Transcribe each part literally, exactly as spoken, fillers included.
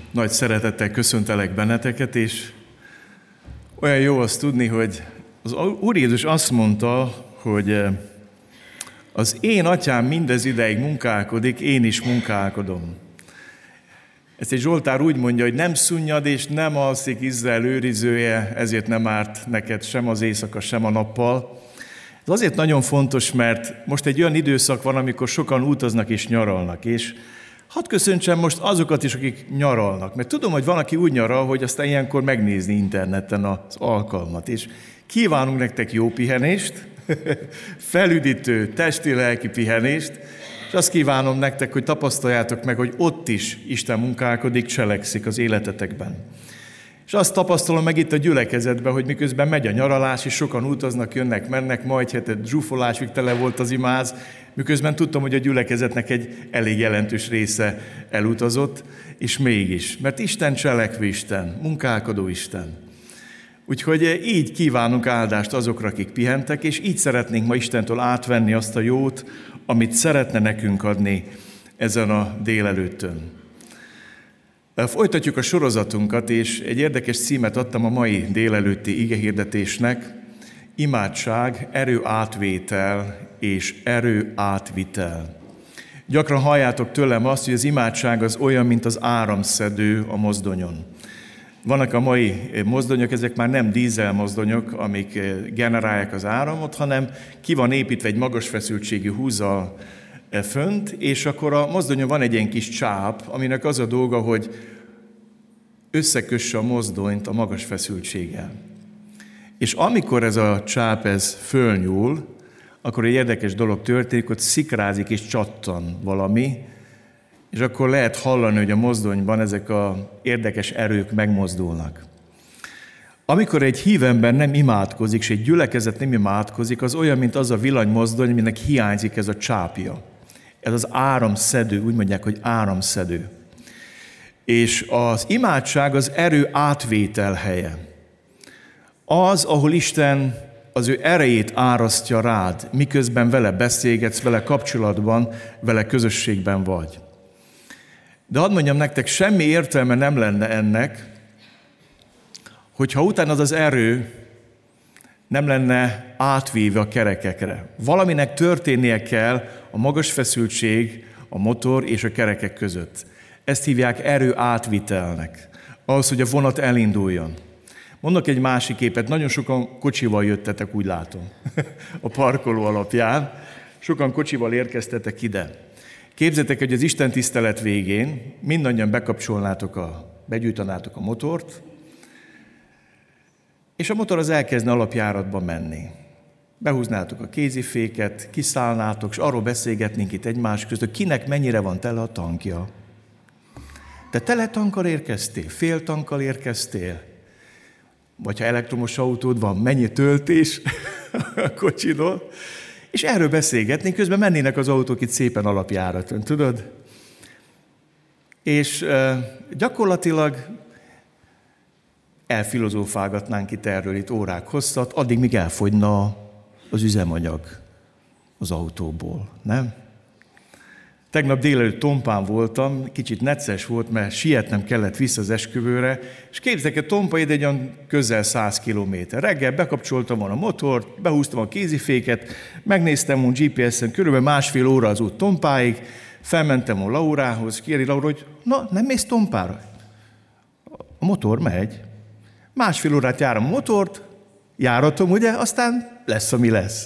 Nagy szeretettel köszöntelek benneteket, és olyan jó azt tudni, hogy az Úr Jézus azt mondta, hogy az én atyám mindez ideig munkálkodik, én is munkálkodom. Ezt egy Zsoltár úgy mondja, hogy nem szunnyad és nem alszik Izrael őrizője, ezért nem árt neked sem az éjszaka, sem a nappal. Ez azért nagyon fontos, mert most egy olyan időszak van, amikor sokan utaznak és nyaralnak, és hadd köszöntsem most azokat is, akik nyaralnak, mert tudom, hogy van, aki úgy nyaral, hogy aztán ilyenkor megnézni interneten az alkalmat, és kívánunk nektek jó pihenést, felüdítő, testi-lelki pihenést, és azt kívánom nektek, hogy tapasztaljátok meg, hogy ott is Isten munkálkodik, cselekszik az életetekben. És azt tapasztalom meg itt a gyülekezetben, hogy miközben megy a nyaralás, és sokan utaznak, jönnek, mennek, majd hetet zsúfolásig tele volt az imáz, miközben tudtam, hogy a gyülekezetnek egy elég jelentős része elutazott, és mégis, mert Isten cselekvő Isten, munkálkodó Isten. Úgyhogy így kívánunk áldást azokra, akik pihentek, és így szeretnénk ma Istentől átvenni azt a jót, amit szeretne nekünk adni ezen a délelőttön. Folytatjuk a sorozatunkat, és egy érdekes címet adtam a mai délelőtti igehirdetésnek, imádság, erőátvétel és erőátvitel. Gyakran halljátok tőlem azt, hogy az imádság az olyan, mint az áramszedő a mozdonyon. Vannak a mai mozdonyok, ezek már nem dízel mozdonyok, amik generálják az áramot, hanem ki van építve egy magas feszültségű húzzal fönt, és akkor a mozdonyon van egy ilyen kis csáp, aminek az a dolga, hogy összekösse a mozdonyt a magas feszültséggel. És amikor ez a csáp ez fölnyúl, akkor egy érdekes dolog történik, hogy szikrázik és csattan valami, és akkor lehet hallani, hogy a mozdonyban ezek az érdekes erők megmozdulnak. Amikor egy hív ember nem imádkozik, és egy gyülekezet nem imádkozik, az olyan, mint az a villanymozdony, aminek hiányzik ez a csápja. Ez az áramszedő, úgy mondják, hogy áramszedő. És az imádság az erő átvétel helye. Az, ahol Isten az ő erejét árasztja rád, miközben vele beszélgetsz, vele kapcsolatban, vele közösségben vagy. De hadd mondjam nektek, semmi értelme nem lenne ennek, hogyha utána az az erő nem lenne átvéve a kerekekre. Valaminek történnie kell a magas feszültség, a motor és a kerekek között. Ezt hívják erő átvitelnek, ahhoz, hogy a vonat elinduljon. Mondok egy másik képet, nagyon sokan kocsival jöttetek, úgy látom, a parkoló alapján. Sokan kocsival érkeztetek ide. Képzeljétek, hogy az Isten tisztelet végén mindannyian bekapcsolnátok, a, begyújtanátok a motort, és a motor az elkezdne alapjáratba menni. Behúznátok a kéziféket, kiszállnátok, és arról beszélgetnénk itt egymás között, hogy kinek mennyire van tele a tankja. Te tele tankkal érkeztél, fél tankkal érkeztél, vagy ha elektromos autód van, mennyi töltés a kocsidól, és erről beszélgetnénk, közben mennének az autók itt szépen alapjáraton, tudod? És uh, gyakorlatilag elfilozófálgatnánk itt erről itt órák hosszat, addig míg elfogyna az üzemanyag az autóból, nem? Tegnap délelőtt Tompán voltam, kicsit necces volt, mert sietnem kellett vissza az esküvőre, és képzeljétek, Tompa ide egy olyan közel száz kilométer. Reggel bekapcsoltam volna a motort, behúztam a kéziféket, megnéztem a gé pé es-en, körülbelül másfél óra az út Tompáig, felmentem a Laurához, kéri Laura, hogy na, nem mész Tompára? A motor megy. Másfél órát járom a motort, járatom, ugye, aztán lesz, ami lesz.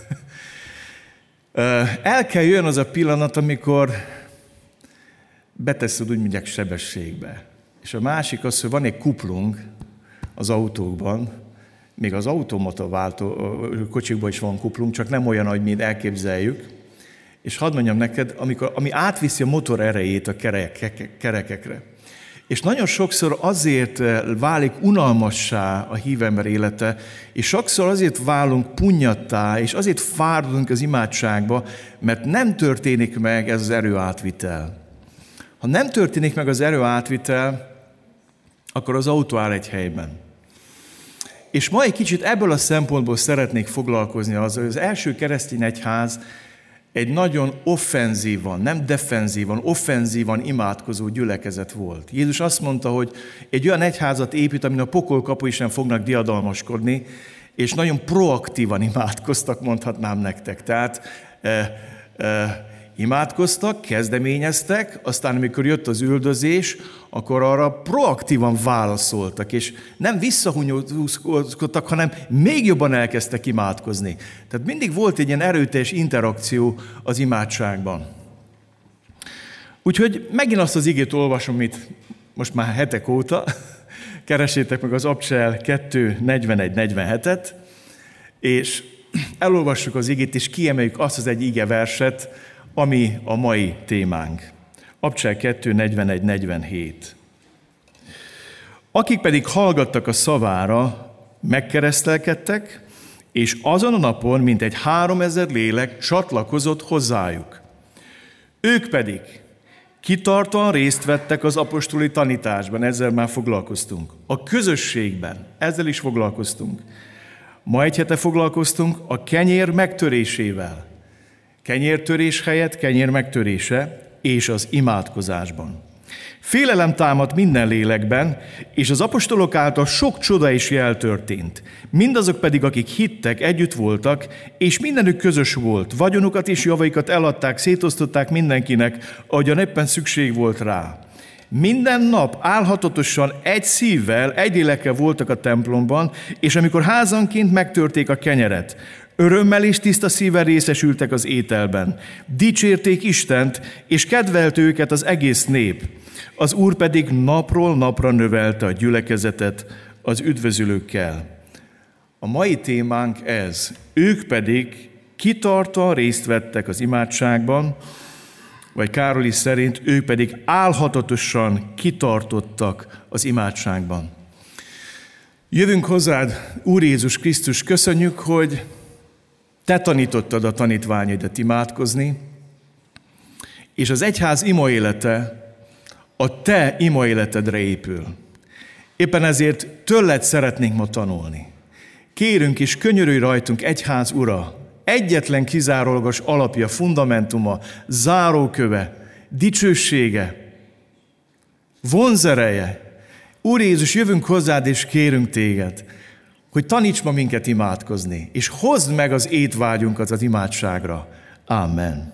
El kell jön az a pillanat, amikor beteszed, úgy mondják, sebességbe. És a másik az, hogy van egy kuplung az autókban, még az automata váltó kocsikban is van kuplung, csak nem olyan, ahogy mi elképzeljük. És hadd mondjam neked, amikor, ami átviszi a motor erejét a kerek, kerekekre. És nagyon sokszor azért válik unalmassá a hívember élete, és sokszor azért válunk punnyattá, és azért fáradunk az imádságba, mert nem történik meg ez az erőátvitel. Ha nem történik meg az erőátvitel, akkor az autó áll egy helyben. És ma egy kicsit ebből a szempontból szeretnék foglalkozni azzal, hogy az első keresztény egyház egy nagyon offenzívan, nem defenzívan, offenzívan imádkozó gyülekezet volt. Jézus azt mondta, hogy egy olyan egyházat épít, amin a pokol kapui sem fognak diadalmaskodni, és nagyon proaktívan imádkoztak, mondhatnám nektek. Tehát e, e, imádkoztak, kezdeményeztek, aztán amikor jött az üldözés, akkor arra proaktívan válaszoltak, és nem visszahúzkodtak, hanem még jobban elkezdtek imádkozni. Tehát mindig volt egy ilyen erőteljes interakció az imádságban. Úgyhogy megint azt az igét olvasom, amit most már hetek óta, keresétek meg az Abcsel kettő negyvenegy negyvenhetet, és elolvassuk az igét, és kiemeljük azt az egy igeverset, ami a mai témánk. Abcsel kettő negyvenegy negyvenhét. Akik pedig hallgattak a szavára, megkeresztelkedtek, és azon a napon mintegy háromezer lélek csatlakozott hozzájuk. Ők pedig kitartóan részt vettek az apostoli tanításban, ezzel már foglalkoztunk. A közösségben, ezzel is foglalkoztunk. Ma egy hete foglalkoztunk a kenyér megtörésével. Kenyértörés helyett kenyér megtörése, és az imádkozásban. Félelem támadt minden lélekben, és az apostolok által sok csoda és jel történt. Mindazok pedig, akik hittek, együtt voltak, és mindenük közös volt. Vagyonukat és javaikat eladták, szétosztották mindenkinek, ahogyan éppen szükség volt rá. Minden nap álhatatosan egy szívvel, egy lélekkel voltak a templomban, és amikor házanként megtörték a kenyeret, örömmel és tiszta szívvel részesültek az ételben. Dicsérték Istent, és kedvelt őket az egész nép. Az Úr pedig napról napra növelte a gyülekezetet az üdvözülőkkel. A mai témánk ez. Ők pedig kitartóan részt vettek az imádságban, vagy Károly szerint ők pedig álhatatosan kitartottak az imádságban. Jövünk hozzád, Úr Jézus Krisztus, köszönjük, hogy te tanítottad a tanítványaidat imádkozni, és az egyház imaélete a te imaéletedre épül. Éppen ezért tőled szeretnénk ma tanulni. Kérünk és könyörülj rajtunk, egyház ura, egyetlen kizárólagos alapja, fundamentuma, záróköve, dicsősége, vonzereje. Úr Jézus, jövünk hozzád és kérünk téged, hogy taníts ma minket imádkozni, és hozd meg az étvágyunkat az imádságra. Amen.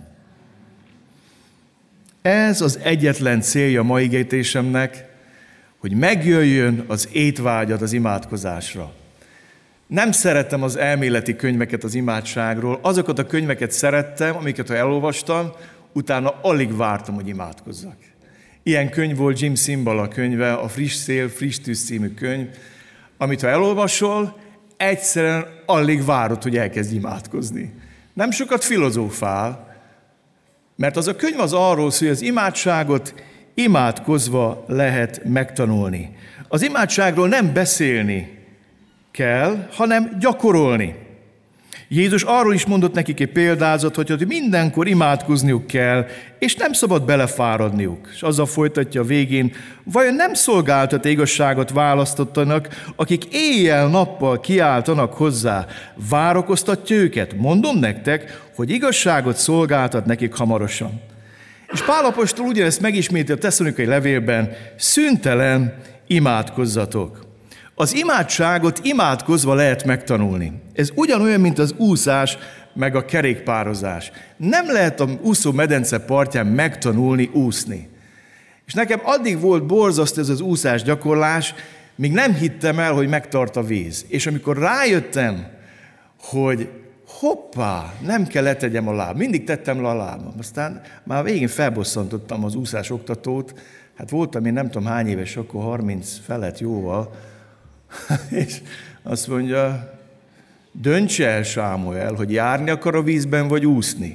Ez az egyetlen célja mai igétésemnek, hogy megjöjjön az étvágyad az imádkozásra. Nem szerettem az elméleti könyveket az imádságról, azokat a könyveket szerettem, amiket ha elolvastam, utána alig vártam, hogy imádkozzak. Ilyen könyv volt Jim Cymbala könyve, a Friss Szél, Friss Tűz című könyv, amit ha elolvasol, egyszerűen alig várod, hogy elkezdj imádkozni. Nem sokat filozófál, mert az a könyv az arról szól, hogy az imádságot imádkozva lehet megtanulni. Az imádságról nem beszélni kell, hanem gyakorolni. Jézus arról is mondott nekik egy példázat, hogy mindenkor imádkozniuk kell, és nem szabad belefáradniuk. És azzal folytatja a végén, vajon nem szolgáltat igazságot választottanak, akik éjjel-nappal kiáltanak hozzá, várakoztatja őket? Mondom nektek, hogy igazságot szolgáltat nekik hamarosan. És Pál apostol ugyanezt megismétli a Tesszalonikai levélben, szüntelen imádkozzatok. Az imádságot imádkozva lehet megtanulni. Ez ugyanolyan, mint az úszás, meg a kerékpározás. Nem lehet a úszó medence partján megtanulni úszni. És nekem addig volt borzasztó ez az úszás gyakorlás, míg nem hittem el, hogy megtart a víz. És amikor rájöttem, hogy hoppá, nem kell letegyem a láb. Mindig tettem le a lábam. Aztán már végén felbosszantottam az úszás oktatót. Hát voltam én nem tudom hány éves, akkor harminc felett jóval. És azt mondja, dönts el, Sámuel, hogy járni akar a vízben, vagy úszni.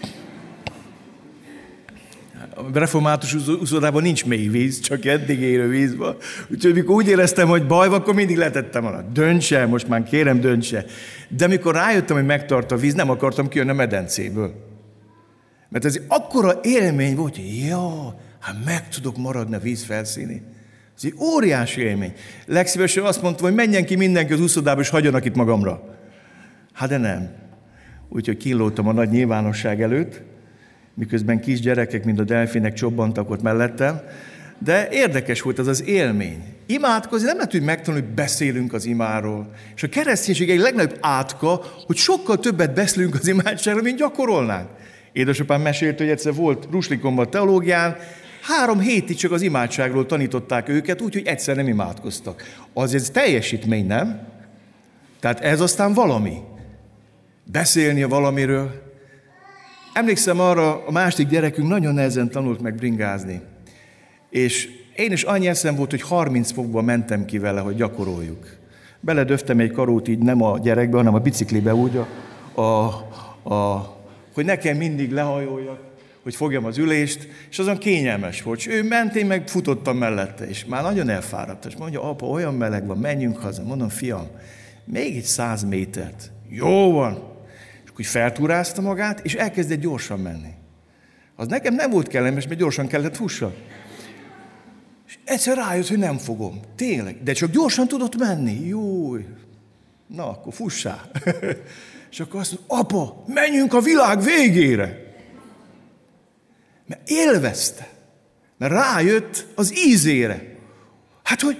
A református úszodában nincs mély víz, csak eddig érő vízben. Úgyhogy amikor úgy éreztem, hogy baj van, akkor mindig letettem alá. Dönts el, most már kérem, dönts el. De amikor rájöttem, hogy megtart a víz, nem akartam kijönni a medencéből. Mert ez akkora élmény volt, hogy ja, hát meg tudok maradni a víz felszínén. Ez egy óriási élmény. Legszívesebben azt mondtam, hogy menjen ki mindenki az úszodába, és hagyjanak itt magamra. Hát de nem. úgyhogy kínlódtam a nagy nyilvánosság előtt, miközben kis gyerekek, mint a delfinek csobbantak ott mellettem, de érdekes volt az az élmény. Imádkozni nem lehet, hogy megtanulni, hogy beszélünk az imáról. És a kereszténység egy legnagyobb átka, hogy sokkal többet beszélünk az imádságról, mint gyakorolnánk. Édesapám mesélt, hogy egyszer volt Ruslikomban teológián, három hétig csak az imádságról tanították őket, úgyhogy egyszer nem imádkoztak. Az ez teljesítmény, nem? Tehát ez aztán valami. Beszélni valamiről. Emlékszem arra, a másik gyerekünk nagyon nehezen tanult meg bringázni. És én is annyi eszem volt, hogy harminc fokban mentem ki vele, hogy gyakoroljuk. Beledöftem egy karót így nem a gyerekbe, hanem a biciklibe úgy, a, a, a, hogy nekem mindig lehajoljak, hogy fogjam az ülést, és azon kényelmes volt. És ő ment, én meg futottam mellette, és már nagyon elfáradt. És mondja, apa, olyan meleg van, menjünk haza. Mondom, fiam, még egy száz métert. Jó van. És akkor feltúrázta magát, és elkezdett gyorsan menni. Az nekem nem volt kellemes, mert gyorsan kellett fussak. És egyszer rájött, hogy nem fogom. Tényleg. De csak gyorsan tudott menni. Jó. Na, akkor fussál. És akkor azt mondta, apa, menjünk a világ végére. Mert élvezte. Mert rájött az ízére. Hát, hogy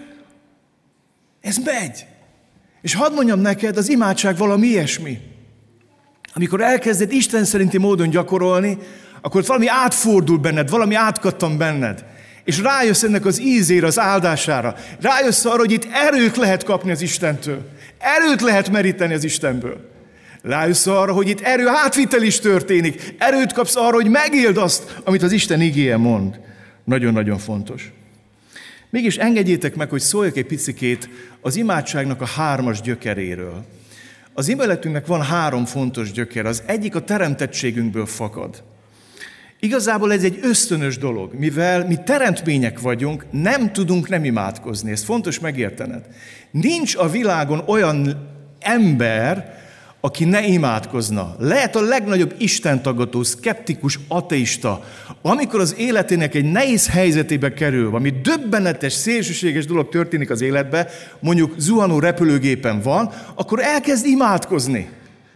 ez megy. És hadd mondjam neked, az imádság valami ilyesmi. Amikor elkezded Isten szerinti módon gyakorolni, akkor valami átfordul benned, valami átkattan benned. És rájössz ennek az ízére, az áldására. Rájössz arra, hogy itt erőt lehet kapni az Istentől. Erőt lehet meríteni az Istenből. Rájössz arra, hogy itt erő átvitel is történik. Erőt kapsz arra, hogy megéld azt, amit az Isten igéje mond. Nagyon-nagyon fontos. Mégis engedjétek meg, hogy szóljak egy picikét az imádságnak a hármas gyökeréről. Az imeletünknek van három fontos gyöker. Az egyik a teremtettségünkből fakad. Igazából ez egy ösztönös dolog, mivel mi teremtmények vagyunk, nem tudunk nem imádkozni. Ez fontos megértened. Nincs a világon olyan ember, aki ne imádkozna. Lehet a legnagyobb istentagadó, szkeptikus, ateista, amikor az életének egy nehéz helyzetébe kerül, valami döbbenetes, szélsőséges dolog történik az életbe, mondjuk zuhanó repülőgépen van, akkor elkezd imádkozni.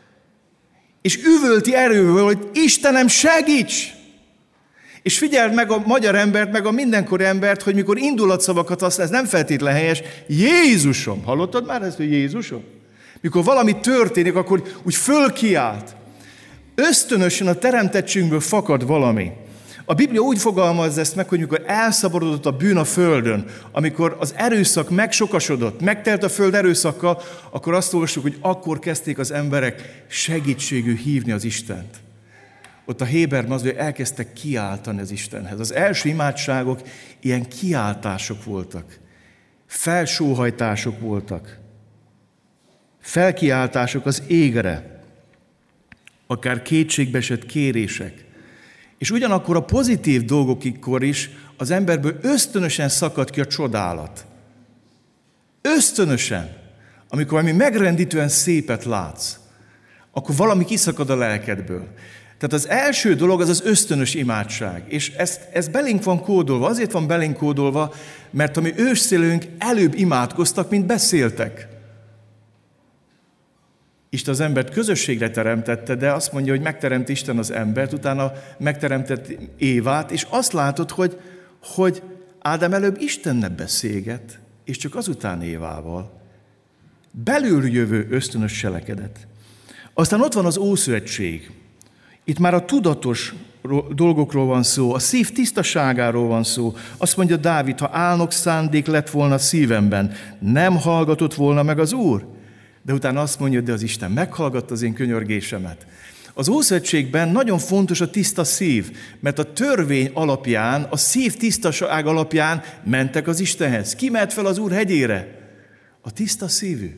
És üvölti erővel, hogy Istenem, segíts! És figyeld meg a magyar embert, meg a mindenkori embert, hogy mikor indulatszavakat használ, ez nem feltétlen helyes, Jézusom. Hallottad már ezt, hogy Jézusom? Mikor valami történik, akkor úgy fölkiált. Ösztönösen a teremtettségünkből fakad valami. A Biblia úgy fogalmazza ezt meg, hogy mikor elszabadulott a bűn a földön, amikor az erőszak megsokasodott, megtelt a föld erőszakkal, akkor azt olvassuk, hogy akkor kezdték az emberek segítségül hívni az Istent. Ott a Héberben az, hogy elkezdtek kiáltani az Istenhez. Az első imádságok ilyen kiáltások voltak. Felsóhajtások voltak. Felkiáltások az égre. Akár kétségbeesett kérések. És ugyanakkor a pozitív dolgokikkor is az emberből ösztönösen szakad ki a csodálat. Ösztönösen. Amikor valami megrendítően szépet látsz, akkor valami kiszakad a lelkedből. Tehát az első dolog az az ösztönös imádság. És ez, ez belénk van kódolva. Azért van belénk kódolva, mert a mi ősszülőnk előbb imádkoztak, mint beszéltek. Isten az embert közösségre teremtette, de azt mondja, hogy megteremt Isten az embert, utána megteremtett Évát, és azt látod, hogy, hogy Ádám előbb Istennel beszélget, és csak azután Évával. Belül jövő ösztönös cselekedet. Aztán ott van az Ószövetség. Itt már a tudatos dolgokról van szó, a szív tisztaságáról van szó. Azt mondja Dávid, ha álnok szándék lett volna a szívemben, nem hallgatott volna meg az Úr. De utána azt mondja, de az Isten meghallgatta az én könyörgésemet. Az Ószövetségben nagyon fontos a tiszta szív, mert a törvény alapján, a szív tisztaság alapján mentek az Istenhez. Ki mehet fel az Úr hegyére? A tiszta szívű.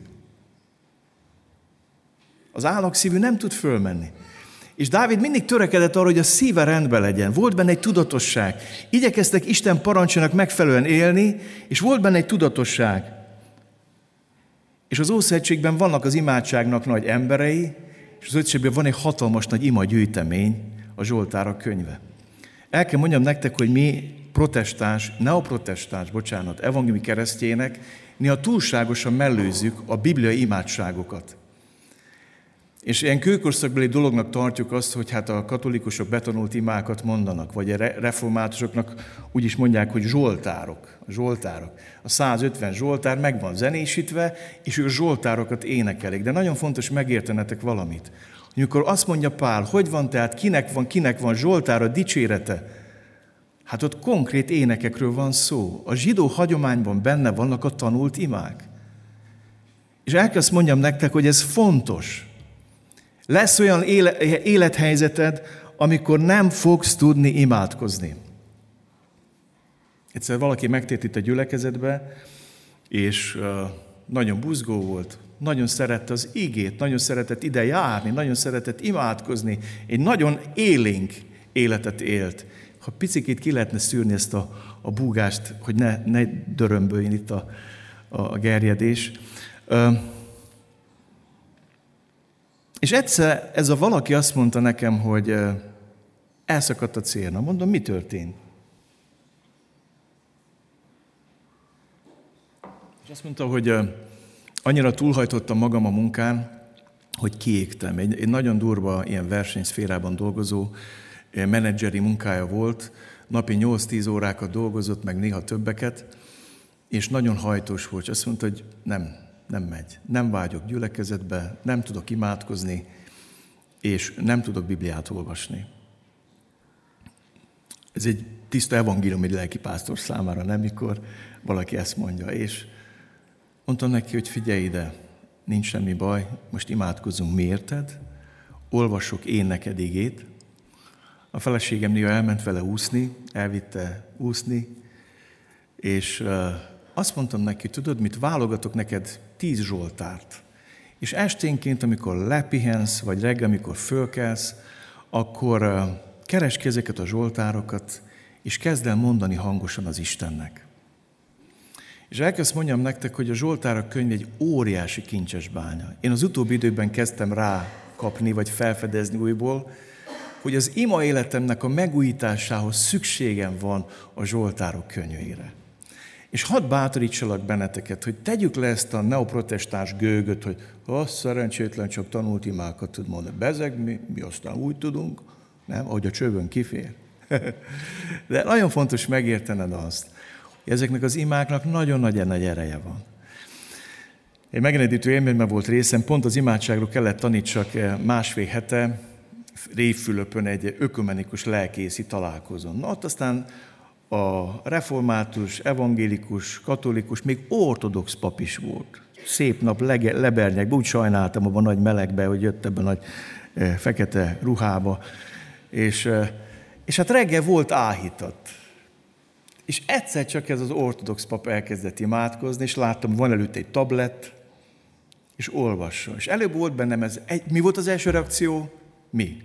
Az álnok szívű nem tud fölmenni. És Dávid mindig törekedett arra, hogy a szíve rendben legyen. Volt benne egy tudatosság. Igyekeztek Isten parancsának megfelelően élni, és volt benne egy tudatosság. És az Ószövetségben vannak az imádságnak nagy emberei, és az Ószövetségben van egy hatalmas nagy imagyűjtemény, a Zsoltárak könyve. El kell mondjam nektek, hogy mi protestáns, neoprotestáns, bocsánat, evangéliumi keresztjének néha túlságosan mellőzzük a bibliai imádságokat. És ilyen kőkorszakbeli dolognak tartjuk azt, hogy hát a katolikusok betanult imákat mondanak, vagy a reformátusoknak úgy is mondják, hogy zsoltárok. A zsoltárok. A százötven zsoltár meg van zenésítve, és ők zsoltárokat énekelik. De nagyon fontos megértenetek valamit. Amikor azt mondja Pál, hogy van tehát, kinek van, kinek van zsoltára, dicsérete, hát ott konkrét énekekről van szó. A zsidó hagyományban benne vannak a tanult imák. És el kell azt mondjam nektek, hogy ez fontos. Lesz olyan élethelyzeted, amikor nem fogsz tudni imádkozni. Egyszer valaki megtért itt a gyülekezetbe, és nagyon buzgó volt, nagyon szerette az igét, nagyon szeretett ide járni, nagyon szeretett imádkozni, egy nagyon élénk életet élt. Ha picikét ki lehetne szűrni ezt a, a búgást, hogy ne, ne dörömböljön itt a, a gerjedés. És egyszer ez a valaki azt mondta nekem, hogy elszakadt a cérna. Mondom, mi történt? És azt mondta, hogy annyira túlhajtottam magam a munkán, hogy kiégtem. Egy, egy nagyon durva ilyen versenyszférában dolgozó menedzseri munkája volt, napi nyolc-tíz órákat dolgozott, meg néha többeket, és nagyon hajtós volt. És azt mondta, hogy nem, nem megy. Nem vágyok gyülekezetbe, nem tudok imádkozni, és nem tudok Bibliát olvasni. Ez egy tiszta evangélium egy lelkipásztor számára, nem, mikor valaki ezt mondja. És mondtam neki, hogy figyelj ide, nincs semmi baj, most imádkozunk mi érted, olvassuk én neked igét. A feleségem néha elment vele úszni, elvitte úszni, és azt mondtam neki, tudod mit, válogatok neked tíz zsoltárt. És esténként, amikor lepihensz, vagy reggel, amikor fölkelsz, akkor keresd ki ezeket a zsoltárokat, és kezd el mondani hangosan az Istennek. És elkezd mondjam nektek, hogy a Zsoltárok könyv egy óriási kincses bánya. Én az utóbbi időben kezdtem rákapni, vagy felfedezni újból, hogy az ima életemnek a megújításához szükségem van a Zsoltárok könyvére. És hadd bátorítsalak benneteket, hogy tegyük le ezt a neoprotestáns gőgöt, hogy ha szerencsétlen csak tanult imákat tud mondani. Bezeg, mi, mi aztán úgy tudunk, nem? Ahogy a csövön kifér. De nagyon fontos megértened azt, hogy ezeknek az imáknak nagyon nagy, nagy ereje van. Egy megrendítő élményben volt részem, pont az imádságról kellett tanítsak másfél hete Révfülöpön egy ökumenikus lelkészi találkozón. Na, ott aztán a református, evangélikus, katolikus, még ortodox pap is volt. Szép nap, lege, lebernyekbe, úgy sajnáltam abban a nagy melegbe, hogy jött ebben a nagy e, fekete ruhába. És, e, és hát reggel volt áhítat. És egyszer csak ez az ortodox pap elkezdett imádkozni, és láttam, van előtt egy tablet, és olvasson. És előbb volt bennem ez, egy, mi volt az első reakció? Mi?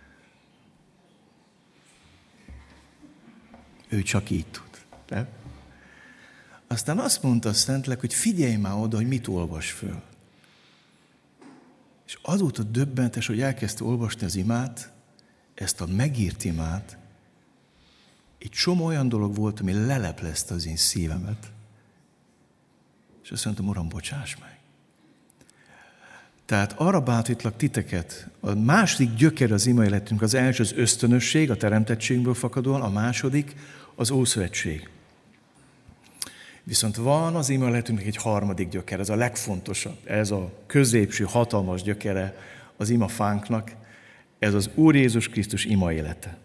Ő csak így tud. Nem? Aztán azt mondta a Szentlélek, hogy figyelj már oda, hogy mit olvas föl. És azóta döbbentes, hogy elkezdte olvasni az imát, ezt a megírt imát, egy csomó olyan dolog volt, ami leleplezte az én szívemet. És azt mondtam, Uram, bocsáss meg. Tehát arra bátorítlak titeket, a második gyökere az ima életünk, az első az ösztönösség, a teremtettségből fakadóan, a második az Ószövetség. Viszont van az ima életünknek egy harmadik gyökere, ez a legfontosabb, ez a középső, hatalmas gyökere az imafánknak, ez az Úr Jézus Krisztus ima élete.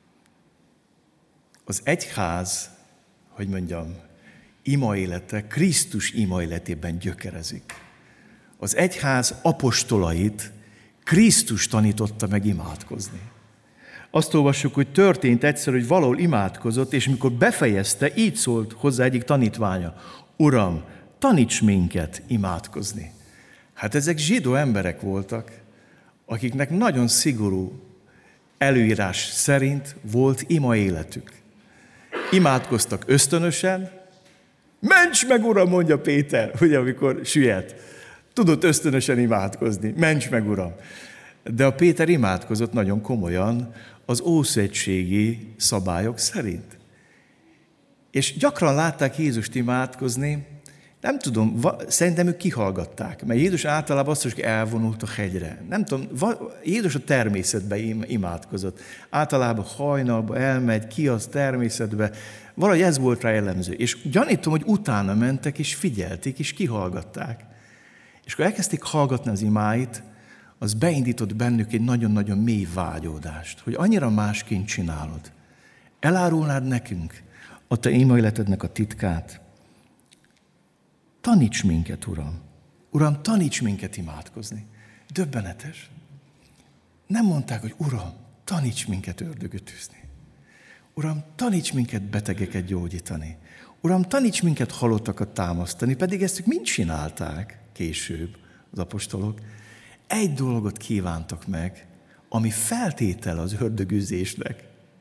Az egyház, hogy mondjam, ima élete, Krisztus ima életében gyökerezik. Az egyház apostolait Krisztus tanította meg imádkozni. Azt olvassuk, hogy történt egyszer, hogy valahol imádkozott, és mikor befejezte, így szólt hozzá egyik tanítványa. Uram, taníts minket imádkozni. Hát ezek zsidó emberek voltak, akiknek nagyon szigorú előírás szerint volt ima életük. Imádkoztak ösztönösen. Ments meg, Uram, mondja Péter, ugye, amikor süllyedt. Tudott ösztönösen imádkozni. Ments meg, Uram! De a Péter imádkozott nagyon komolyan az ószövetségi szabályok szerint. És gyakran látták Jézust imádkozni, Nem tudom, va, szerintem ők kihallgatták, mert Jézus általában azt, hogy elvonult a hegyre. Nem tudom, va, Jézus a természetbe imádkozott. Általában hajnalba elmegy, ki az természetbe. Valahogy ez volt rá jellemző. És gyanítom, hogy utána mentek, és figyelték, és kihallgatták. És akkor elkezdték hallgatni az imáit, az beindított bennük egy nagyon-nagyon mély vágyódást, hogy annyira másként csinálod. Elárulnád nekünk a te imaéletednek a titkát? Taníts minket, Uram. Uram, taníts minket imádkozni. Döbbenetes. Nem mondták, hogy Uram, taníts minket ördögöt űzni. Uram, taníts minket betegeket gyógyítani. Uram, taníts minket halottakat támasztani, pedig ezt ők mind csinálták később az apostolok. Egy dolgot kívántak meg, ami feltétel az ördögűzésnek.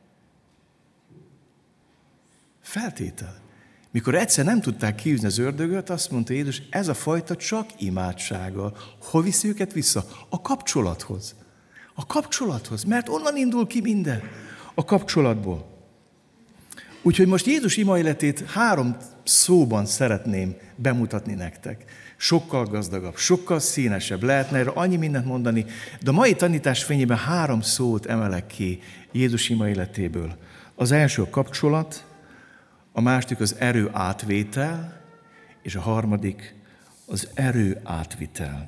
Feltétel. Mikor egyszer nem tudták kiűzni az ördögöt, azt mondta Jézus, ez a fajta csak imádsággal. Hol viszi őket vissza? A kapcsolathoz. A kapcsolathoz, mert onnan indul ki minden. A kapcsolatból. Úgyhogy most Jézus imaéletét három szóban szeretném bemutatni nektek. Sokkal gazdagabb, sokkal színesebb. Lehetne erre annyi mindent mondani, de a mai tanítás fényében három szót emelek ki Jézus imaéletéből. Az első a kapcsolat, a második az erő átvétel, és a harmadik az erő átvitel.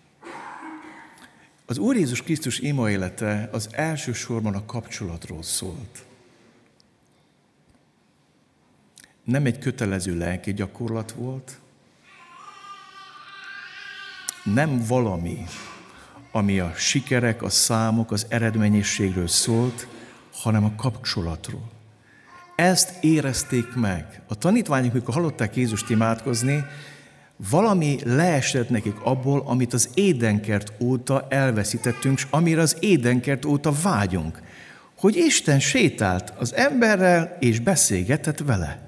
Az Úr Jézus Krisztus imaélete az elsősorban a kapcsolatról szólt. Nem egy kötelező lelki gyakorlat volt, nem valami, ami a sikerek, a számok, az eredményességről szólt, hanem a kapcsolatról. Ezt érezték meg. A tanítványok, mikor hallották Jézust imádkozni, valami leesett nekik abból, amit az édenkert óta elveszítettünk, és amire az édenkert óta vágyunk. Hogy Isten sétált az emberrel, és beszélgetett vele.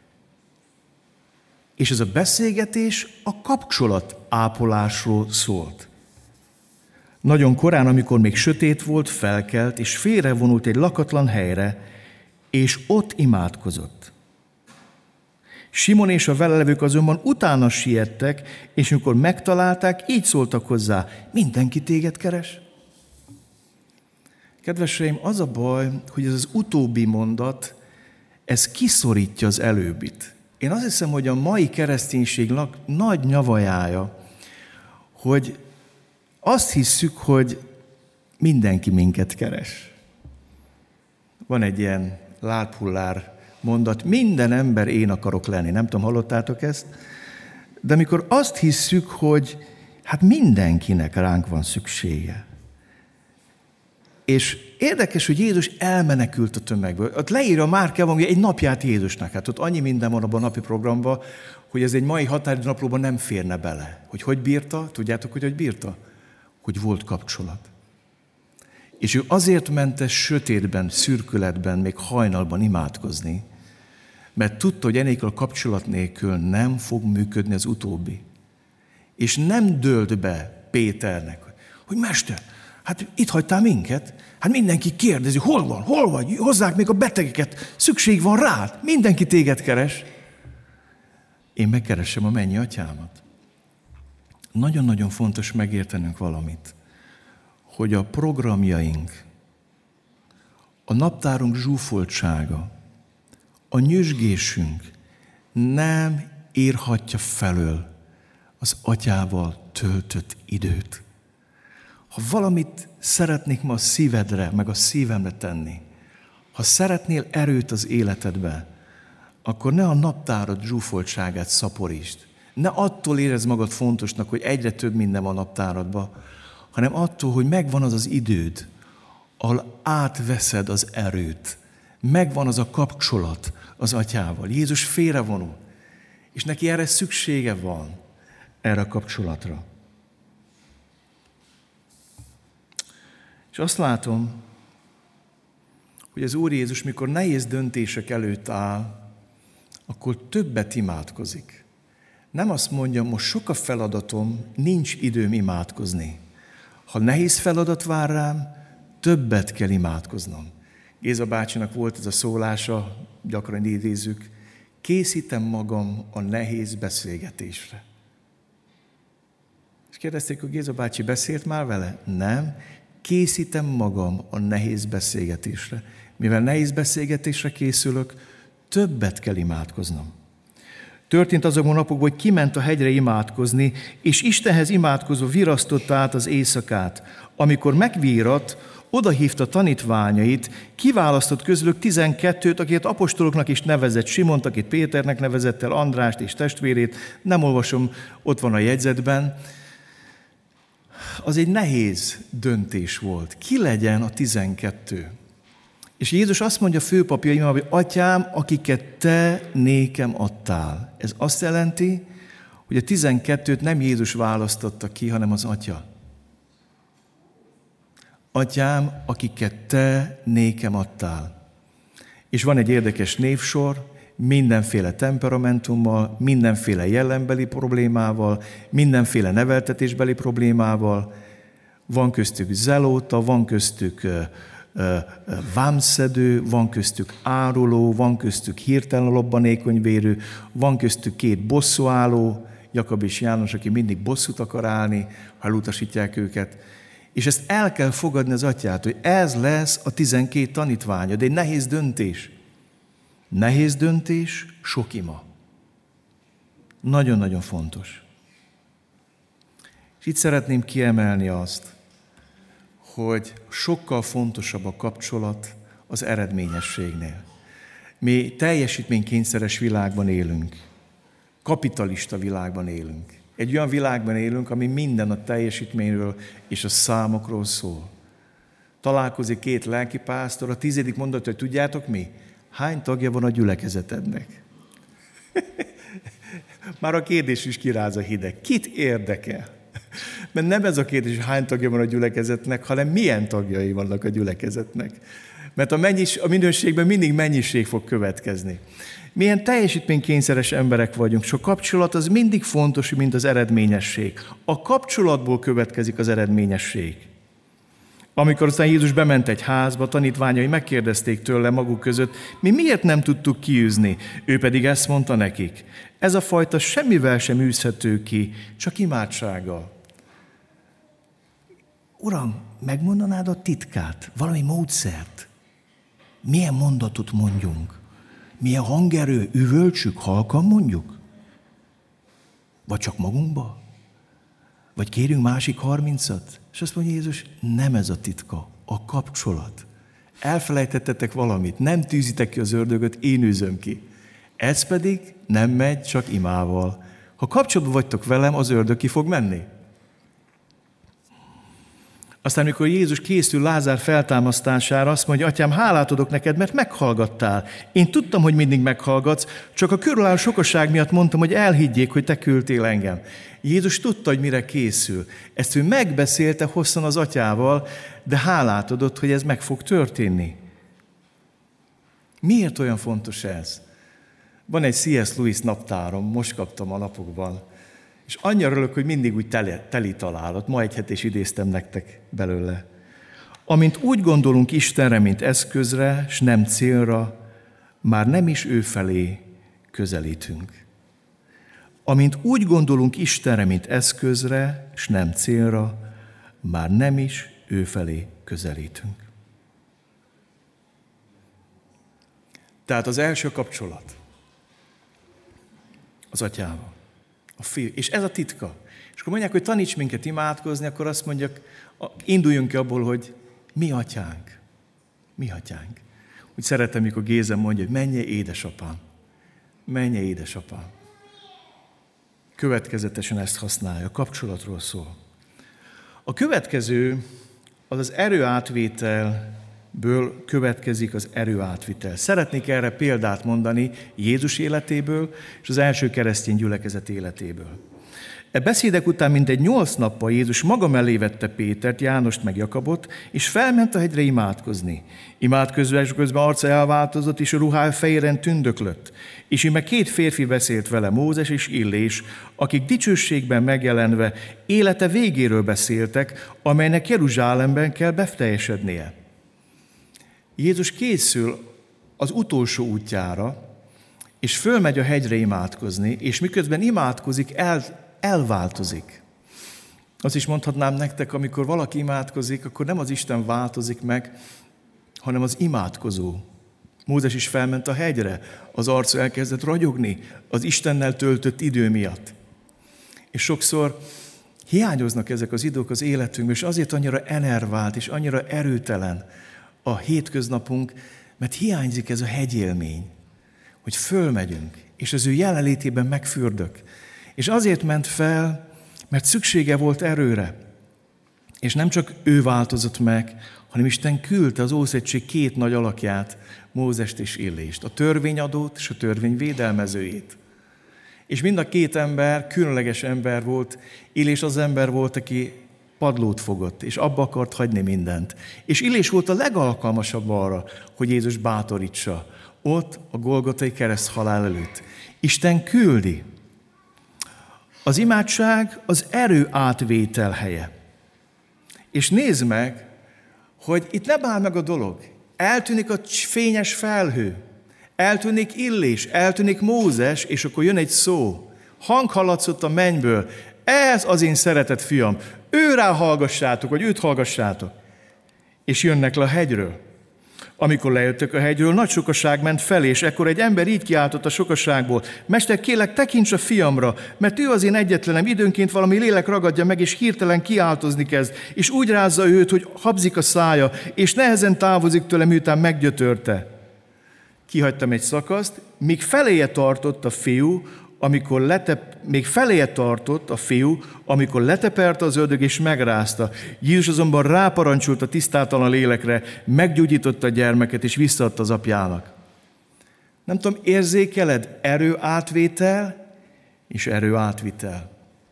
És ez a beszélgetés a kapcsolat ápolásról szólt. Nagyon korán, amikor még sötét volt, felkelt, és félrevonult egy lakatlan helyre, és ott imádkozott. Simon és a vele levők azonban utána siettek, és amikor megtalálták, így szóltak hozzá, mindenki téged keres. Kedveseim, az a baj, hogy ez az utóbbi mondat, ez kiszorítja az előbbit. Én azt hiszem, hogy a mai kereszténység nagy nyavajája, hogy azt hisszük, hogy mindenki minket keres. Van egy ilyen lálpullár mondat, minden ember én akarok lenni. Nem tudom, hallottátok ezt? De amikor azt hisszük, hogy hát mindenkinek ránk van szüksége. És érdekes, hogy Jézus elmenekült a tömegből. Ott leírja a Márk evangélium egy napját Jézusnak. Hát ott annyi minden van abban a napi programban, hogy ez egy mai határidő naplóban nem férne bele. Hogy hogy bírta? Tudjátok, hogy hogy bírta? Hogy volt kapcsolat. És ő azért ment el sötétben, szürkületben, még hajnalban imádkozni, mert tudta, hogy enélkül a kapcsolat nélkül nem fog működni az utóbbi. És nem dőlt be Péternek, hogy Mester, hát itt hagytál minket, hát mindenki kérdezi, hol van, hol vagy, hozzák még a betegeket, szükség van rád, mindenki téged keres. Én megkeresem a mennyi atyámat. Nagyon-nagyon fontos megértenünk valamit, hogy a programjaink, a naptárunk zsúfoltsága, a nyüzsgésünk nem írhatja felől az atyával töltött időt. Ha valamit szeretnék ma a szívedre, meg a szívemre tenni, ha szeretnél erőt az életedbe, akkor ne a naptárad zsúfoltságát szaporítsd. Ne attól érezd magad fontosnak, hogy egyre több minden van a naptáradban, hanem attól, hogy megvan az az időd, ahol átveszed az erőt. Megvan az a kapcsolat az atyával. Jézus félrevonul, és neki erre szüksége van, erre a kapcsolatra. És azt látom, hogy az Úr Jézus, mikor nehéz döntések előtt áll, akkor többet imádkozik. Nem azt mondja, most sok a feladatom, nincs időm imádkozni. Ha nehéz feladat vár rám, többet kell imádkoznom. Géza bácsinak volt ez a szólása, gyakran idézzük, készítem magam a nehéz beszélgetésre. És kérdezték, hogy Géza bácsi beszélt már vele? Nem. Készítem magam a nehéz beszélgetésre. Mivel nehéz beszélgetésre készülök, többet kell imádkoznom. Történt azokban a napokban, hogy kiment a hegyre imádkozni, és Istenhez imádkozva virasztotta át az éjszakát. Amikor megvírat, odahívta tanítványait, kiválasztott közülük tizenkettőt, akiket apostoloknak is nevezett, Simont, akit Péternek nevezett el, Andrást és testvérét, nem olvasom, ott van a jegyzetben. Az egy nehéz döntés volt. Ki legyen a tizenkettő? És Jézus azt mondja főpapjaimmal, hogy Atyám, akiket te nékem adtál. Ez azt jelenti, hogy a tizenkettőt nem Jézus választotta ki, hanem az Atya. Atyám, akiket te nékem adtál. És van egy érdekes névsor, mindenféle temperamentummal, mindenféle jellembeli problémával, mindenféle neveltetésbeli problémával. Van köztük zelóta, van köztük vámszedő, van köztük áruló, van köztük hirtelen lobbanékonyvérű, van köztük két bosszúálló, Jakab és János, aki mindig bosszút akar állni, ha elutasítják őket. És ezt el kell fogadni az Atyát, hogy ez lesz a tizenkét tanítványa, de egy nehéz döntés. Nehéz döntés, sok ima. Nagyon-nagyon fontos. És itt szeretném kiemelni azt, hogy sokkal fontosabb a kapcsolat az eredményességnél. Mi teljesítménykényszeres világban élünk. Kapitalista világban élünk. Egy olyan világban élünk, ami minden a teljesítményről és a számokról szól. Találkozik két lelkipásztor, a tizedik mondat, hogy tudjátok mi? Hány tagja van a gyülekezetednek? Már a kérdés is kiráz a hideg. Kit érdekel? Mert nem ez a kérdés, hogy hány tagja van a gyülekezetnek, hanem milyen tagjai vannak a gyülekezetnek. Mert a, mennyis, a minőségben mindig mennyiség fog következni. Milyen teljesítménykényszeres emberek vagyunk, és a kapcsolat az mindig fontos, mint az eredményesség. A kapcsolatból következik az eredményesség. Amikor aztán Jézus bement egy házba, tanítványai megkérdezték tőle maguk között, mi miért nem tudtuk kiűzni? Ő pedig ezt mondta nekik, ez a fajta semmivel sem űzhető ki, csak imádsággal. Uram, megmondanád a titkát, valami módszert? Milyen mondatot mondjunk? Milyen hangerő, üvöltsük, halkan mondjuk? Vagy csak magunkba? Vagy kérünk másik harmincat? És azt mondja Jézus, nem ez a titka, a kapcsolat. Elfelejtettetek valamit, nem tűzitek ki az ördögöt, én űzöm ki. Ez pedig nem megy, csak imával. Ha kapcsolatban vagytok velem, az ördög ki fog menni. Aztán, amikor Jézus készül Lázár feltámasztására, azt mondja, Atyám, hálát adok neked, mert meghallgattál. Én tudtam, hogy mindig meghallgatsz, csak a körülálló sokaság miatt mondtam, hogy elhiggyék, hogy te küldtél engem. Jézus tudta, hogy mire készül. Ezt ő megbeszélte hosszan az Atyával, de hálát adott, hogy ez meg fog történni. Miért olyan fontos ez? Van egy C S Lewis naptárom, most kaptam a napokban, és annyira örülök, hogy mindig úgy teli, teli találat. Ma egy hét is idéztem nektek belőle. Amint úgy gondolunk Istenre, mint eszközre, s nem célra, már nem is ő felé közelítünk. Amint úgy gondolunk Istenre, mint eszközre, s nem célra, már nem is ő felé közelítünk. Tehát az első kapcsolat az Atyával. A fiú. És ez a titka. És akkor mondják, hogy taníts minket imádkozni, akkor azt mondják, induljunk ki abból, hogy mi Atyánk. Mi Atyánk. Úgy szeretem, mikor Géza mondja, hogy menje édesapám. Menje édesapám. Következetesen ezt használja, a kapcsolatról szól. A következő az az erőátvételből következik az erőátvitel. Szeretnék erre példát mondani Jézus életéből és az első keresztény gyülekezet életéből. E beszédek után mintegy nyolc nappal Jézus maga mellé vette Pétert, Jánost meg Jakabot, és felment a hegyre imádkozni. Imádkozás közben arca elváltozott, és a ruhája fejéren tündöklött. És íme két férfi beszélt vele, Mózes és Illés, akik dicsőségben megjelenve élete végéről beszéltek, amelynek Jeruzsálemben kell beteljesednie. Jézus készül az utolsó útjára, és fölmegy a hegyre imádkozni, és miközben imádkozik, el, elváltozik. Azt is mondhatnám nektek, amikor valaki imádkozik, akkor nem az Isten változik meg, hanem az imádkozó. Mózes is felment a hegyre, az arca elkezdett ragyogni az Istennel töltött idő miatt. És sokszor hiányoznak ezek az idők az életünkből, és azért annyira enervált, és annyira erőtelen a hétköznapunk, mert hiányzik ez a hegyélmény, hogy fölmegyünk, és az ő jelenlétében megfürdök. És azért ment fel, mert szüksége volt erőre. És nem csak ő változott meg, hanem Isten küldte az Ószövetség két nagy alakját, Mózest és Illést, a törvényadót és a törvény védelmezőjét. És mind a két ember különleges ember volt. Illés az ember volt, aki padlót fogott, és abba akart hagyni mindent. És Illés volt a legalkalmasabb arra, hogy Jézus bátorítsa, ott a Golgotai kereszt halál előtt. Isten küldi. Az imádság az erő átvétel helye. És nézd meg, hogy itt nem áll meg a dolog. Eltűnik a fényes felhő, eltűnik Illés, eltűnik Mózes, és akkor jön egy szó. Hang hallatszott a mennyből. Ez az én szeretett fiam. Őrá hallgassátok, vagy őt hallgassátok. És jönnek le a hegyről. Amikor lejöttek a hegyről, nagy sokaság ment felé, és ekkor egy ember így kiáltott a sokaságból: Mester, kérlek, tekints a fiamra, mert ő az én egyetlenem, időnként valami lélek ragadja meg, és hirtelen kiáltozni kezd, és úgy rázza őt, hogy habzik a szája, és nehezen távozik tőle, miután meggyötörte. Kihagytam egy szakaszt, míg feléje tartott a fiú, amikor letep, még feléje tartott a fiú, amikor leteperte az ördög és megrázta. Jézus azonban ráparancsolt a tisztátalan lélekre, meggyógyította a gyermeket és visszaadta az apjának. Nem tudom, érzékeled erő átvétel és erő átvitel.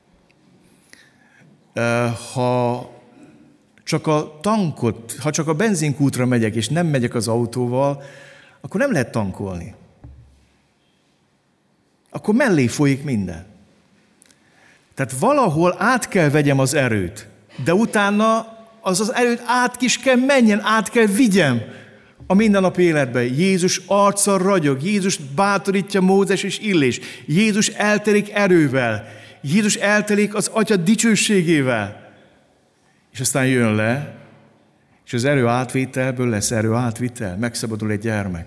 Ha csak a tankot, ha csak a benzinkútra megyek és nem megyek az autóval, akkor nem lehet tankolni. Akkor mellé folyik minden. Tehát valahol át kell vegyem az erőt, de utána az az erőt át is kell menjen, át kell vigyem a mindennapi életbe. Jézus arca ragyog, Jézus bátorítja Mózes és Illés, Jézus eltelik erővel, Jézus eltelik az Atya dicsőségével. És aztán jön le, és az erő átvételből lesz erő átvitel, megszabadul egy gyermek.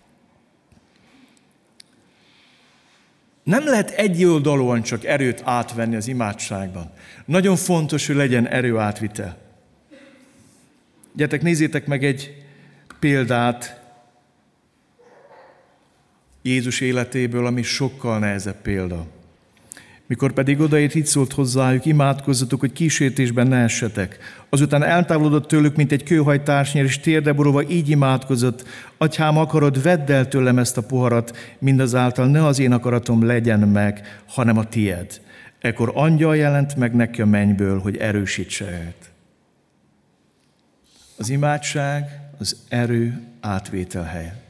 Nem lehet egyoldalúan csak erőt átvenni az imádságban. Nagyon fontos, hogy legyen erő átvitel. Gyertek, nézzétek meg egy példát Jézus életéből, ami sokkal nehezebb példa. Mikor pedig odaért, így szólt hozzájuk: imádkozzatok, hogy kísértésben ne essetek. Azután eltávolodott tőlük, mint egy kőhajtársnyer, és térdre borulva így imádkozott: Atyám, akarod, vedd el tőlem ezt a poharat, mindazáltal ne az én akaratom legyen meg, hanem a tied. Ekkor angyal jelent meg neki a mennyből, hogy erősítse őt. Az imádság az erő átvétel helye.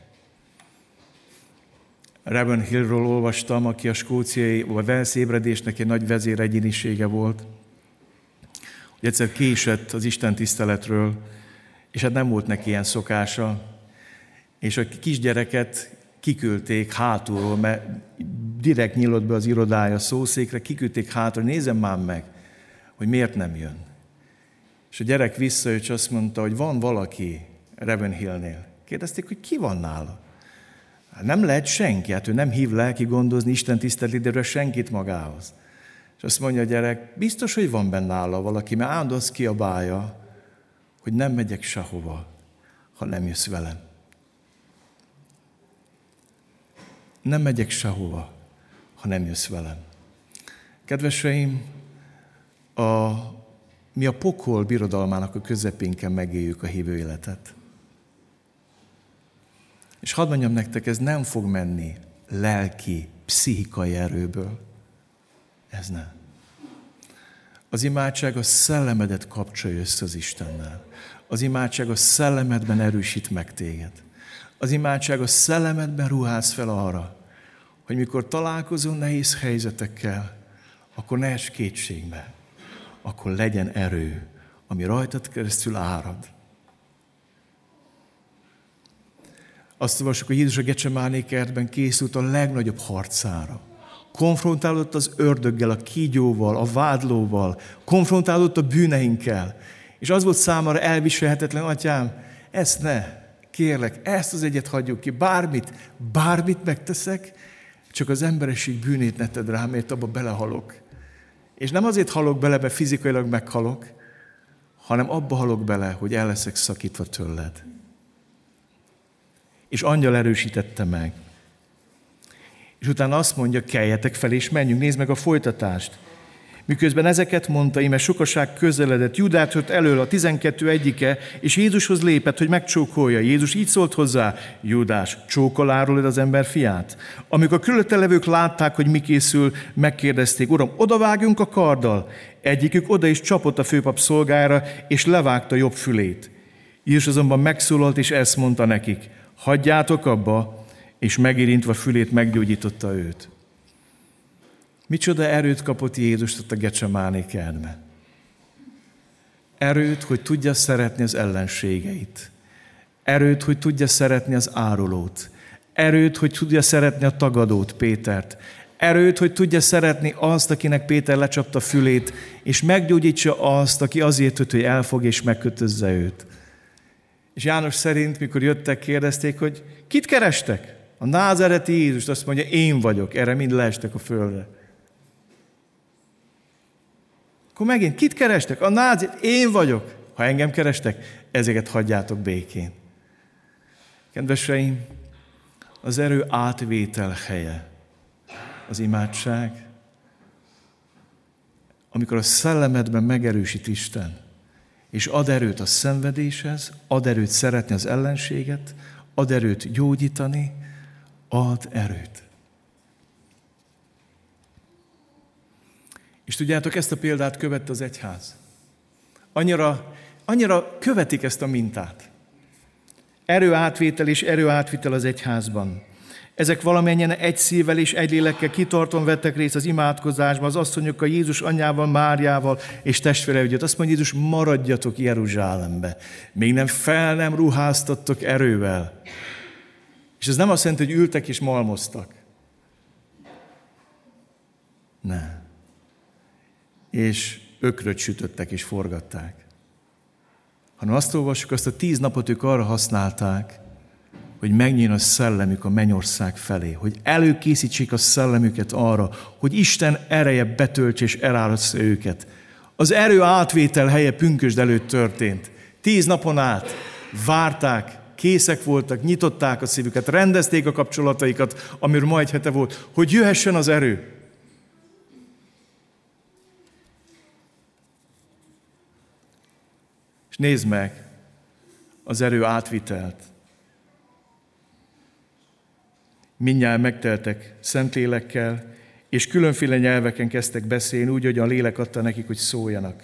Ravenhillről olvastam, aki a skóciai, vagy Wales ébredésnek egy nagy vezéregyénisége volt, hogy egyszer késett az Isten tiszteletről, és hát nem volt neki ilyen szokása, és a kisgyereket kiküldték hátulról, mert direkt nyílott be az irodája szószékre, kiküldték hátul, nézzem már meg, hogy miért nem jön. És a gyerek visszajött, és azt mondta, hogy van valaki Ravenhillnél. Kérdezték, hogy ki van nála. Hát nem lehet senki, hát ő nem hív lelki gondozni, Isten tiszteletére senkit magához. És azt mondja a gyerek, biztos, hogy van benne nála valaki, mert állandóan azt kiabálja, hogy nem megyek sehova, ha nem jössz velem. Nem megyek sehova, ha nem jössz velem. Kedveseim, a, mi a pokol birodalmának a közepén kell megéljük a hívő életet. És hadd mondjam nektek, ez nem fog menni lelki, pszichikai erőből. Ez nem. Az imádság a szellemedet kapcsolja össze az Istennel. Az imádság a szellemedben erősít meg téged. Az imádság a szellemedben ruház fel arra, hogy mikor találkozol nehéz helyzetekkel, akkor ne ess kétségbe, akkor legyen erő, ami rajtad keresztül árad. Azt olvassuk, hogy Jézus a Gecsemáné kertben készült a legnagyobb harcára. Konfrontálódott az ördöggel, a kígyóval, a vádlóval, konfrontálódott a bűneinkkel. És az volt számára elviselhetetlen, atyám, ezt ne, kérlek, ezt az egyet hagyjuk ki, bármit, bármit megteszek, csak az emberesség bűnét ne tedd rám, mert abba belehalok. És nem azért halok bele, mert fizikailag meghalok, hanem abba halok bele, hogy el leszek szakítva tőled. És angyal erősítette meg. És utána azt mondja, keljetek fel és menjünk, nézd meg a folytatást. Miközben ezeket mondta, íme sokaság közeledett, Judát jött elől, a tizenkettő egyike, és Jézushoz lépett, hogy megcsókolja. Jézus így szólt hozzá, Judás, csókolárulod az ember fiát? Amikor a körülötte levők látták, hogy mi készül, megkérdezték, Uram, odavágjunk a karddal. Egyikük oda is csapott a főpap szolgájára, és levágta jobb fülét. Jézus azonban megszólalt, és ezt mondta nekik, hagyjátok abba, és megérintve fülét meggyógyította őt. Micsoda erőt kapott Jézus ott a Gecsemáné kertben. Erőt, hogy tudja szeretni az ellenségeit. Erőt, hogy tudja szeretni az árulót. Erőt, hogy tudja szeretni a tagadót, Pétert. Erőt, hogy tudja szeretni azt, akinek Péter lecsapta fülét, és meggyógyítsa azt, aki azért jött, hogy elfog és megkötözze őt. És János szerint, mikor jöttek, kérdezték, hogy kit kerestek? A názáreti Jézust, azt mondja, én vagyok. Erre mind leestek a földre. Akkor megint, kit kerestek? A názáreti, én vagyok. Ha engem kerestek, ezeket hagyjátok békén. Kedveseim, az erő átvétel helye az imádság, amikor a szellemedben megerősít Isten, és ad erőt a szenvedéshez, ad erőt szeretni az ellenséget, ad erőt gyógyítani, ad erőt. És tudjátok, ezt a példát követte az egyház. Annyira, annyira követik ezt a mintát. Erőátvétel és erőátvitel az egyházban. Ezek valamennyien egy szívvel és egy lélekkel kitartóan vettek részt az imádkozásban, az asszonyokkal, Jézus anyjával, Máriával és testvére ügyet. Azt mondja Jézus, maradjatok Jeruzsálembe. Még nem fel nem ruháztattok erővel. És ez nem azt jelenti, hogy ültek és malmoztak. Nem. És ökröt sütöttek és forgatták. Hanem azt olvassuk, azt a tíz napot ők arra használták, hogy megnyíljon a szellemük a mennyország felé, hogy előkészítsék a szellemüket arra, hogy Isten ereje betöltse és elárassza őket. Az erő átvétel helye pünkösd előtt történt. Tíz napon át várták, készek voltak, nyitották a szívüket, rendezték a kapcsolataikat, amiről ma egy hete volt, hogy jöhessen az erő. És nézd meg az erő átvitelt. Mindnyájan megteltek Szentlélekkel, és különféle nyelveken kezdtek beszélni, úgy, hogy a lélek adta nekik, hogy szóljanak.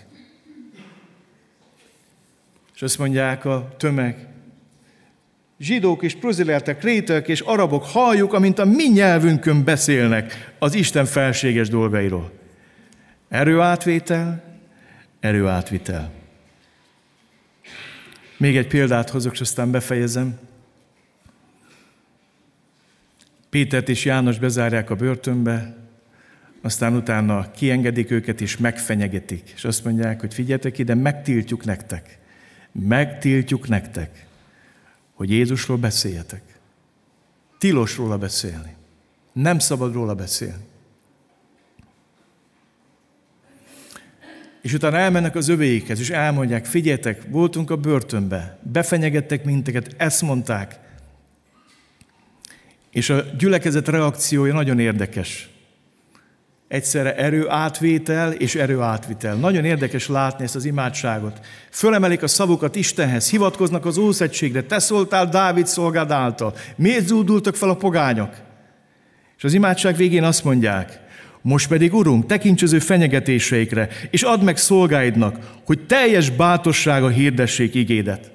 És azt mondják a tömeg, zsidók és prozileltek, krétek és arabok, halljuk, amint a mi nyelvünkön beszélnek az Isten felséges dolgairól. Erőátvétel, erőátvitel. Még egy példát hozok, és aztán befejezem. Pétert és János bezárják a börtönbe, aztán utána kiengedik őket, és megfenyegetik. És azt mondják, hogy figyeljetek ide, megtiltjuk nektek. Megtiltjuk nektek, hogy Jézusról beszéljetek. Tilos róla beszélni. Nem szabad róla beszélni. És utána elmennek az övéikhez, és elmondják, figyeljetek, voltunk a börtönbe, befenyegettek minteket, ezt mondták. És a gyülekezet reakciója nagyon érdekes. Egyszerre erőátvétel és erőátvitel. Nagyon érdekes látni ezt az imádságot. Fölemelik a szavukat Istenhez, hivatkoznak az Ószegységre, te szóltál Dávid szolgád által. Miért zúdultak fel a pogányok? És az imádság végén azt mondják, most pedig, Urunk, tekints az ő fenyegetéseikre, és add meg szolgáidnak, hogy teljes bátorsága hirdessék igédet.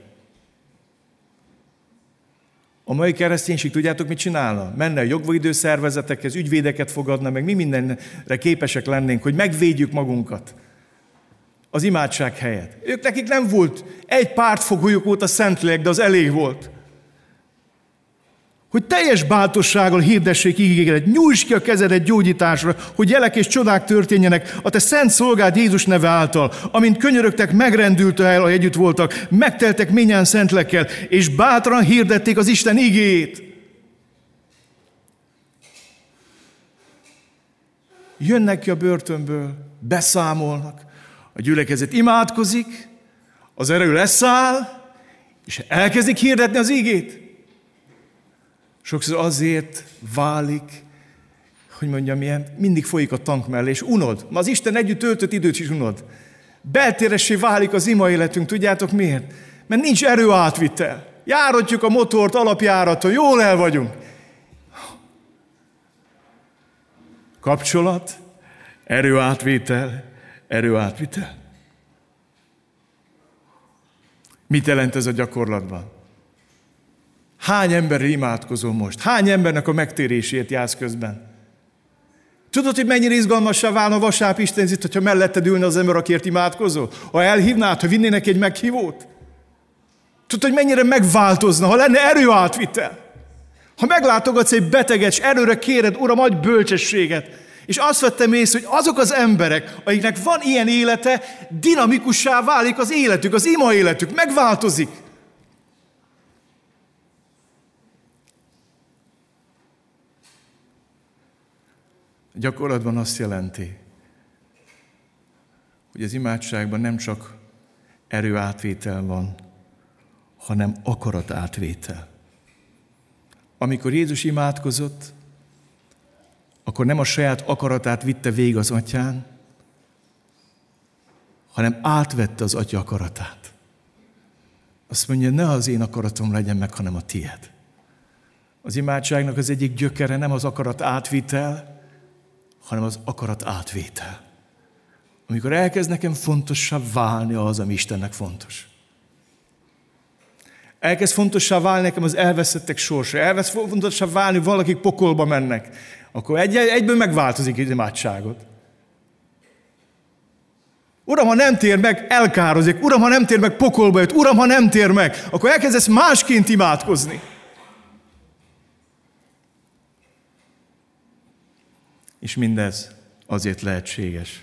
A mai kereszténység, tudjátok, mit csinálna? Menne a jogvédőszervezetekhez, ügyvédeket fogadna, meg mi mindenre képesek lennénk, hogy megvédjük magunkat az imádság helyett. Ők nekik nem volt egy pártfogójuk volt a Szentlélek, de az elég volt. hogy teljes bátorsággal hirdessék igéket, nyújts ki a kezedet gyógyításra, hogy jelek és csodák történjenek a te szent szolgád Jézus neve által, amint könyörögtek, megrendült el, ahogy együtt voltak, megteltek mindjárt szentlekkel, és bátran hirdették az Isten igéjét. Jönnek ki a börtönből, beszámolnak, a gyülekezet imádkozik, az erő leszáll, és elkezdik hirdetni az igét. Sokszor azért válik, hogy mondjam, ilyen, mindig folyik a tank mellé, és unod. Ma az Isten együtt töltött időt is unod. Beltéressé válik az ima életünk, tudjátok miért? Mert nincs erő átvitel. Járatjuk a motort alapjáraton, jól el vagyunk. Kapcsolat, erő átvétel, erő átvitel. Mit jelent ez a gyakorlatban? Hány emberre imádkozol most? Hány embernek a megtérésért jársz közben? Tudod, hogy mennyire izgalmassá válna a vasárnap istenizit, hogyha melletted ülne az ember, akiért imádkozol? Ha elhívnád, ha vinnének egy meghívót? Tudod, hogy mennyire megváltozna, ha lenne erőátvitel? Ha meglátogatsz egy beteget, és erőre kéred, Uram, adj bölcsességet, és azt vettem észre, hogy azok az emberek, akiknek van ilyen élete, dinamikussá válik az életük, az ima életük, megváltozik. Gyakorlatban azt jelenti, hogy az imádságban nem csak erőátvétel van, hanem akaratátvétel. Amikor Jézus imádkozott, akkor nem a saját akaratát vitte végig az atyán, hanem átvette az atya akaratát. Azt mondja, ne az én akaratom legyen meg, hanem a tiéd. Az imádságnak az egyik gyökere nem az akarat átvitel, hanem az akarat átvétel. Amikor elkezd nekem fontossá válni az, ami Istennek fontos. Elkezd fontossá válni nekem az elveszettek sorsa. Elkezd fontossá válni, hogy valakik pokolba mennek. Akkor egy, egyből megváltozik az imádságot. Uram, ha nem tér meg, elkározik. Uram, ha nem tér meg, pokolba jött. Uram, ha nem tér meg, akkor elkezdesz másként imádkozni. És mindez azért lehetséges,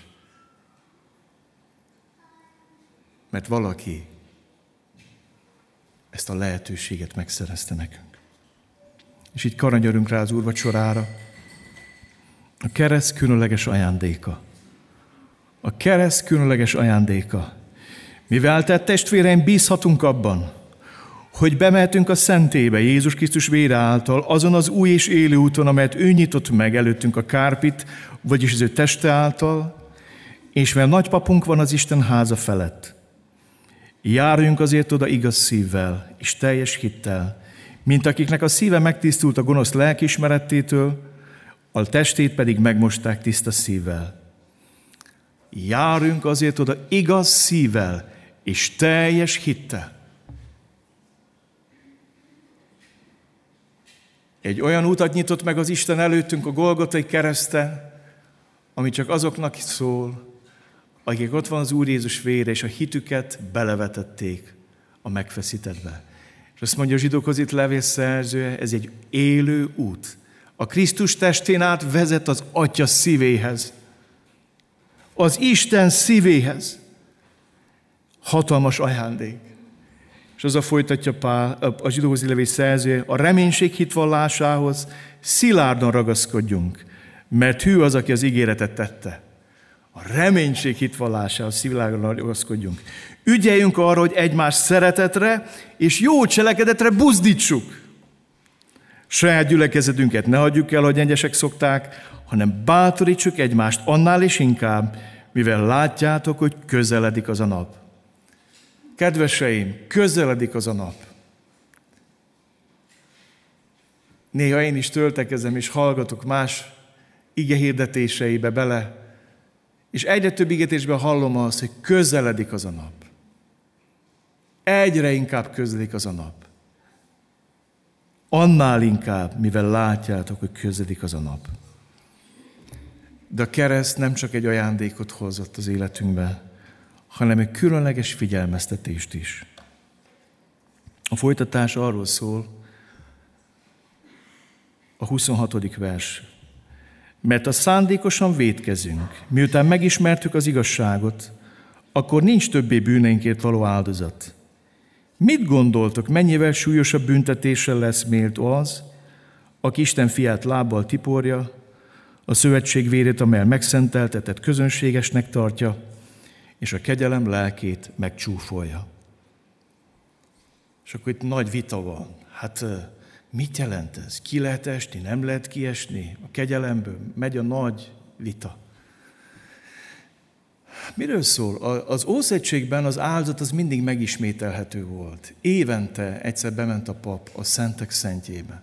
mert valaki ezt a lehetőséget megszerezte nekünk. És így karangyarunk rá az úrvacsorára. A kereszt különleges ajándéka. A kereszt különleges ajándéka. Mivel te, testvéreim, bízhatunk abban, hogy bemehetünk a szentébe Jézus Krisztus vére által, azon az új és élő úton, amelyet ő nyitott meg előttünk a kárpit, vagyis az ő teste által, és mert nagypapunk van az Isten háza felett. Járjunk azért oda igaz szívvel és teljes hittel, mint akiknek a szíve megtisztult a gonosz lelkiismerettétől, a testét pedig megmosták tiszta szívvel. Járjunk azért oda igaz szívvel és teljes hittel. Egy olyan utat nyitott meg az Isten előttünk a Golgotai kereszten, ami csak azoknak szól, akik ott van az Úr Jézus vére, és a hitüket belevetették a megfeszítettbe. És azt mondja a zsidókhoz itt levélszerzője, ez egy élő út. A Krisztus testén át vezet az Atya szívéhez. Az Isten szívéhez. Hatalmas ajándék. És az a folytatja Pál, a zsidókhoz levél szerzője, a reménység hitvallásához szilárdan ragaszkodjunk, mert hű az, aki az ígéretet tette. A reménység hitvallásához szilárdan ragaszkodjunk. Ügyeljünk arra, hogy egymás szeretetre és jó cselekedetre buzdítsuk. Saját gyülekezetünket ne hagyjuk el, hogy egyesek szokták, hanem bátorítsuk egymást annál is inkább, mivel látjátok, hogy közeledik az a nap. Kedveseim, közeledik az a nap. Néha én is töltekezem, és hallgatok más igehirdetéseibe bele, és egyre több igetésben hallom azt, hogy közeledik az a nap. Egyre inkább közeledik az a nap. Annál inkább, mivel látjátok, hogy közeledik az a nap. De a kereszt nem csak egy ajándékot hozott az életünkbe, hanem egy különleges figyelmeztetést is. A folytatás arról szól, A huszonhatodik vers. Mert ha szándékosan vétkezünk, miután megismertük az igazságot, akkor nincs többé bűneinkért való áldozat. Mit gondoltok, mennyivel súlyosabb büntetéssel lesz méltó az, aki Isten fiát lábbal tiporja, a szövetség vérét, amelyel megszenteltetett, közönségesnek tartja, és a kegyelem lelkét megcsúfolja. És akkor itt nagy vita van. Hát mit jelent ez? Ki lehet esni, nem lehet kiesni? A kegyelemből megy a nagy vita. Miről szól? Az Ószövetségben az áldozat az mindig megismételhető volt. Évente egyszer bement a pap a szentek szentjébe.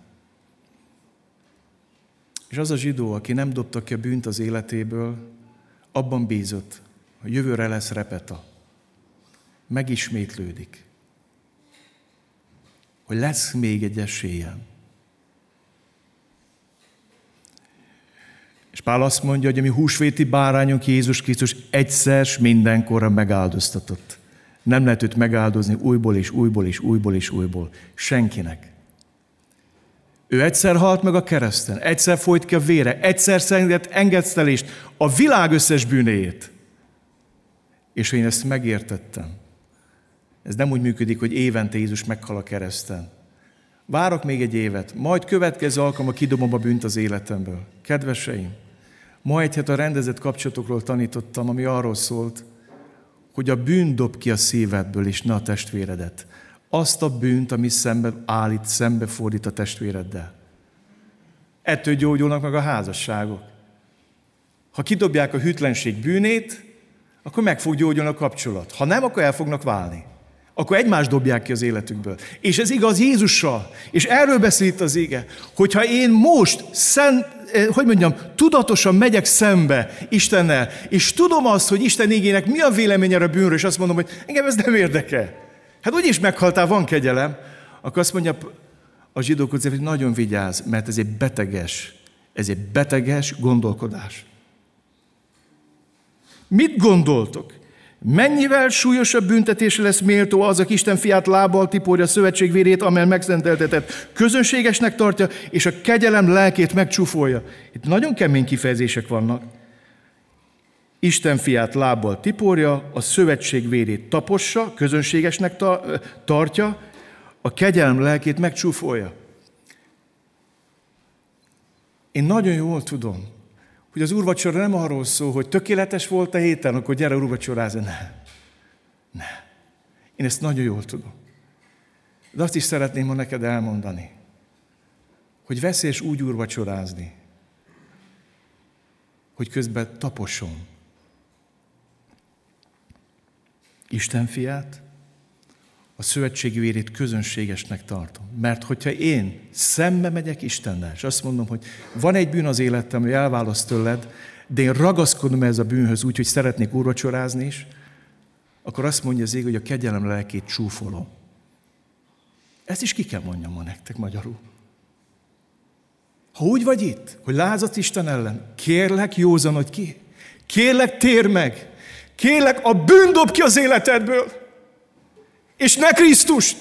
És az a zsidó, aki nem dobta ki a bűnt az életéből, abban bízott, hogy jövőre lesz repeta. Megismétlődik. Hogy lesz még egy esélyem. És Pál azt mondja, hogy a mi húsvéti bárányunk Jézus Krisztus egyszer mindenkorra megáldoztatott. Nem lehet őt megáldozni újból és újból és újból és újból. Senkinek. Ő egyszer halt meg a kereszten, egyszer folyt ki a vére, egyszer szenvedett engesztelést a világ összes bűnéért. És én ezt megértettem. Ez nem úgy működik, hogy évente Jézus meghal a kereszten. Várok még egy évet, majd következő alkalommal kidobom a bűnt az életemből. Kedveseim, ma egy hét a rendezett kapcsolatokról tanítottam, ami arról szólt, hogy a bűn dob ki a szívedből, és ne a testvéredet. Azt a bűnt, ami szembe állít, szembe fordít a testvéreddel. Ettől gyógyulnak meg a házasságok. Ha kidobják a hűtlenség bűnét, akkor meg fog gyógyulni a kapcsolat. Ha nem, akkor el fognak válni. Akkor egymást dobják ki az életükből. És ez igaz Jézussal. És erről beszél itt az ige, hogyha én most, szent, hogy mondjam, tudatosan megyek szembe Istennel, és tudom azt, hogy Isten igének mi a véleménye a bűnről, és azt mondom, hogy engem ez nem érdekel. Hát úgyis meghaltál, van kegyelem. Akkor azt mondja a zsidókhoz, hogy nagyon vigyázz, mert ez egy beteges, ez egy beteges gondolkodás. Mit gondoltok? Mennyivel súlyosabb büntetésre lesz méltó az, aki Isten fiát lábbal tiporja a szövetség vérét, amely megszenteltetett, közönségesnek tartja, és a kegyelem lelkét megcsúfolja. Itt nagyon kemény kifejezések vannak. Isten fiát lábbal tiporja, a szövetség vérét tapossa, közönségesnek tartja, a kegyelem lelkét megcsúfolja. Én nagyon jól tudom, hogy az úrvacsora nem arról szól, hogy tökéletes volt a héten, akkor gyere úrvacsorázni. Ne. Ne. Én ezt nagyon jól tudom. De azt is szeretném ma neked elmondani, hogy veszélyes úgy úrvacsorázni, hogy közben taposom Isten fiát, a szövetségi vérét közönségesnek tartom. Mert hogyha én szembe megyek Istennel, és azt mondom, hogy van egy bűn az életem, hogy elválaszt tőled, de én ragaszkodom ez a bűnhöz úgy, hogy szeretnék úrvacsorázni is, akkor azt mondja az ég, hogy a kegyelem lelkét csúfolom. Ezt is ki kell mondjam ma nektek magyarul. Ha úgy vagy itt, hogy lázadsz Isten ellen, kérlek, józanodj ki. Kérlek, térj meg. Kérlek, a bűn dob ki az életedből. És ne Krisztust!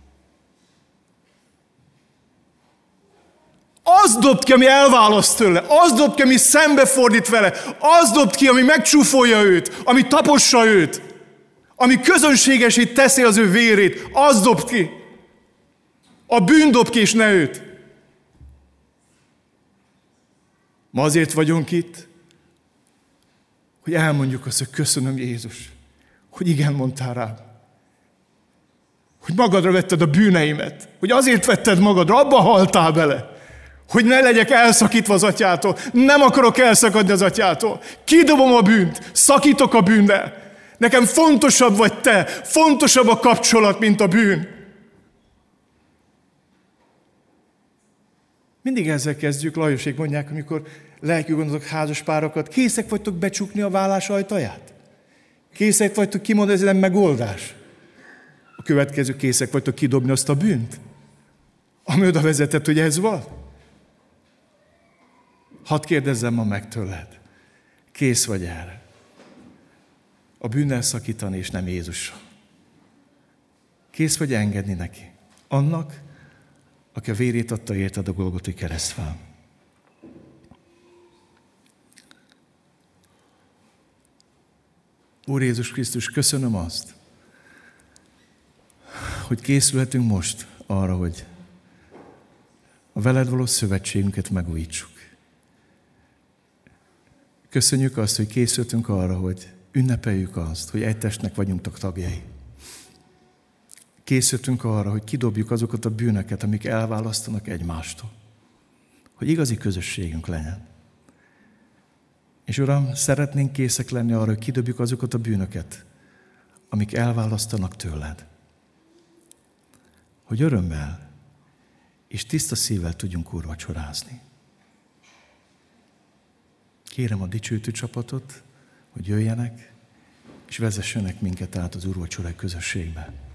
Az dobt ki, ami elválaszt tőle, az dobt ki, ami szembefordít vele, az dobt ki, ami megcsúfolja őt, ami tapossa őt, ami közönségesít teszi az ő vérét, az dobt ki. A bűn dob ki, és ne őt. Ma azért vagyunk itt, hogy elmondjuk azt, hogy köszönöm Jézus, hogy igen mondtál rám. Hogy magadra vetted a bűneimet, hogy azért vetted magadra, abba haltál bele, hogy ne legyek elszakítva az atyától. Nem akarok elszakadni az atyától. Kidobom a bűnt, szakítok a bűnnel. Nekem fontosabb vagy te, fontosabb a kapcsolat, mint a bűn. Mindig ezzel kezdjük, Lajosék mondják, amikor lelkű gondolatok házas párokat, készek vagytok becsukni a vállás ajtaját? Készek vagytok kimondani, ez nem megoldás? A következő készek vagytok kidobni azt a bűnt, ami oda vezetett, hogy ez van? Hadd kérdezzem ma meg tőled. Kész vagy erre? A bűnnel szakítani, és nem Jézussal. Kész vagy engedni neki? Annak, aki a vérét adta érted a Golgotai keresztfán. Úr Jézus Krisztus, köszönöm azt, hogy készülhetünk most arra, hogy a veled való szövetségünket megújítsuk. Köszönjük azt, hogy készültünk arra, hogy ünnepeljük azt, hogy egy testnek vagyunk tagjai. Készültünk arra, hogy kidobjuk azokat a bűnöket, amik elválasztanak egymástól. Hogy igazi közösségünk legyen. És Uram, szeretnénk készek lenni arra, hogy kidobjuk azokat a bűnöket, amik elválasztanak tőled. Hogy örömmel és tiszta szívvel tudjunk úrvacsorázni. Kérem a dicsőítő csapatot, hogy jöjjenek, és vezessenek minket át az úrvacsorai közösségbe.